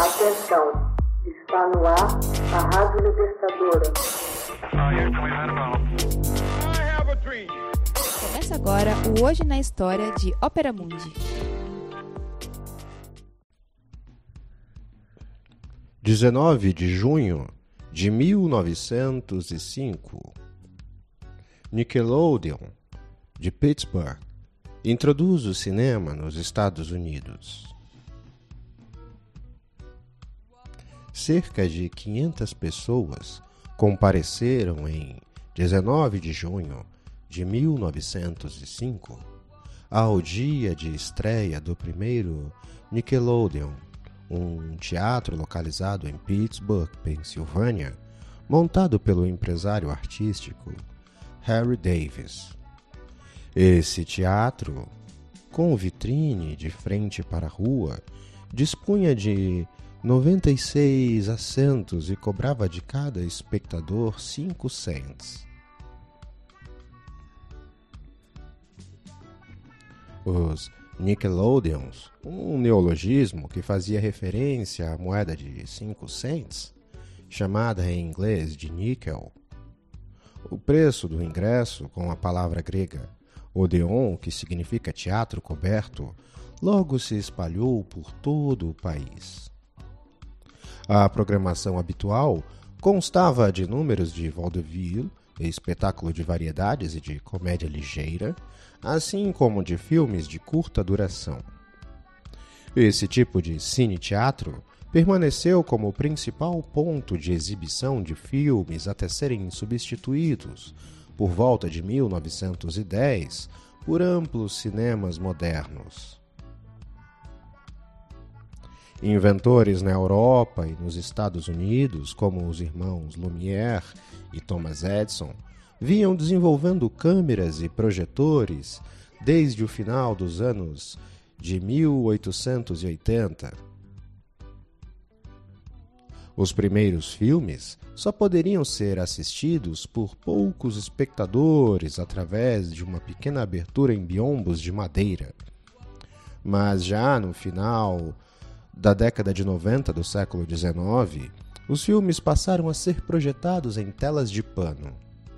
Atenção, está no ar a Rádio Libertadora. Começa agora o Hoje na História de Ópera Mundi. 19 de junho de 1905. Nickelodeon, de Pittsburgh, introduz o cinema nos Estados Unidos. Cerca de 500 pessoas compareceram em 19 de junho de 1905 ao dia de estreia do primeiro Nickelodeon, um teatro localizado em Pittsburgh, Pensilvânia, montado pelo empresário artístico Harry Davis. Esse teatro, com vitrine de frente para a rua, dispunha de 96 assentos e cobrava de cada espectador 5 cents. Os Nickelodeons, um neologismo que fazia referência à moeda de 5 cents, chamada em inglês de níquel. O preço do ingresso, com a palavra grega odeon, que significa teatro coberto, logo se espalhou por todo o país. A programação habitual constava de números de vaudeville, espetáculo de variedades e de comédia ligeira, assim como de filmes de curta duração. Esse tipo de cine-teatro permaneceu como o principal ponto de exibição de filmes até serem substituídos, por volta de 1910, por amplos cinemas modernos. Inventores na Europa e nos Estados Unidos, como os irmãos Lumière e Thomas Edison, vinham desenvolvendo câmeras e projetores desde o final dos anos de 1880. Os primeiros filmes só poderiam ser assistidos por poucos espectadores através de uma pequena abertura em biombos de madeira. Mas já no final da década de 90 do século XIX, os filmes passaram a ser projetados em telas de pano.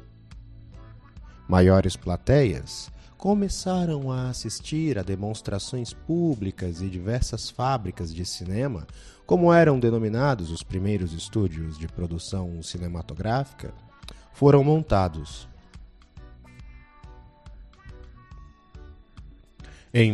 Maiores plateias começaram a assistir a demonstrações públicas e diversas fábricas de cinema, como eram denominados os primeiros estúdios de produção cinematográfica, foram montados. Em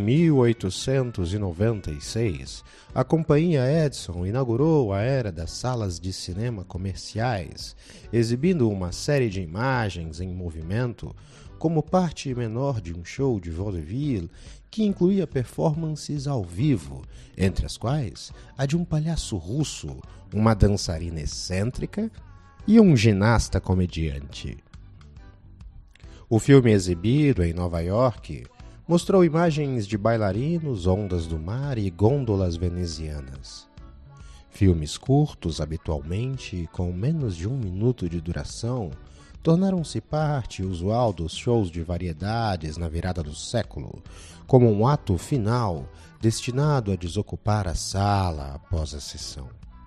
1896, a Companhia Edison inaugurou a era das salas de cinema comerciais, exibindo uma série de imagens em movimento como parte menor de um show de vaudeville que incluía performances ao vivo, entre as quais a de um palhaço russo, uma dançarina excêntrica e um ginasta comediante. O filme exibido em Nova York mostrou imagens de bailarinos, ondas do mar e gôndolas venezianas. Filmes curtos, habitualmente com menos de 1 minuto de duração, tornaram-se parte usual dos shows de variedades na virada do século, como um ato final destinado a desocupar a sala após a sessão.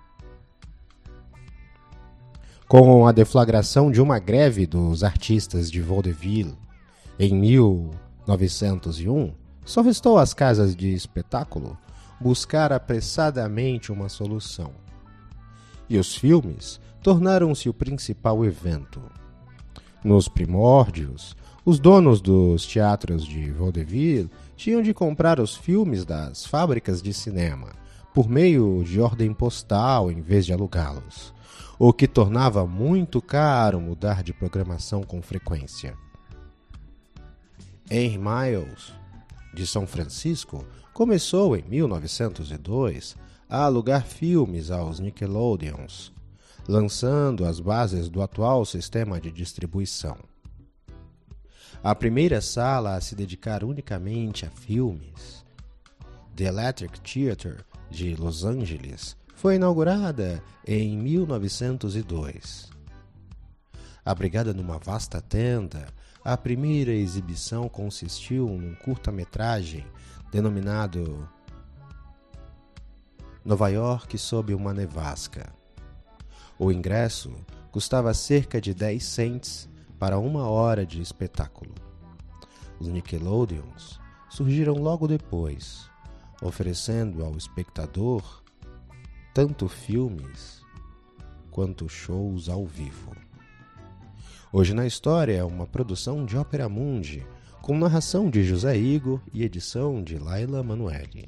Com a deflagração de uma greve dos artistas de vaudeville em 1901, só restou às casas de espetáculo buscar apressadamente uma solução. E os filmes tornaram-se o principal evento. Nos primórdios, os donos dos teatros de vaudeville tinham de comprar os filmes das fábricas de cinema por meio de ordem postal em vez de alugá-los, o que tornava muito caro mudar de programação com frequência. Henry Miles, de São Francisco, começou em 1902 a alugar filmes aos Nickelodeons, lançando as bases do atual sistema de distribuição. A primeira sala a se dedicar unicamente a filmes, The Electric Theatre, de Los Angeles, foi inaugurada em 1902. Abrigada numa vasta tenda, a primeira exibição consistiu num curta-metragem denominado Nova York sob uma nevasca. O ingresso custava cerca de 10 cents para 1 hora de espetáculo. Os Nickelodeons surgiram logo depois, oferecendo ao espectador tanto filmes quanto shows ao vivo. Hoje na História é uma produção de Opera Mundi, com narração de José Igor e edição de Laila Manoeli.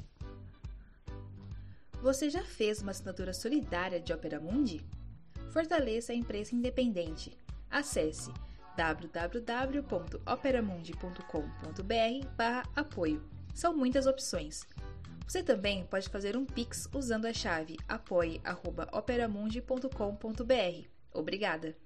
Você já fez uma assinatura solidária de Opera Mundi? Fortaleça a imprensa independente. Acesse www.operamundi.com.br/apoio. São muitas opções. Você também pode fazer um Pix usando a chave apoie@operamundi.com.br. Obrigada!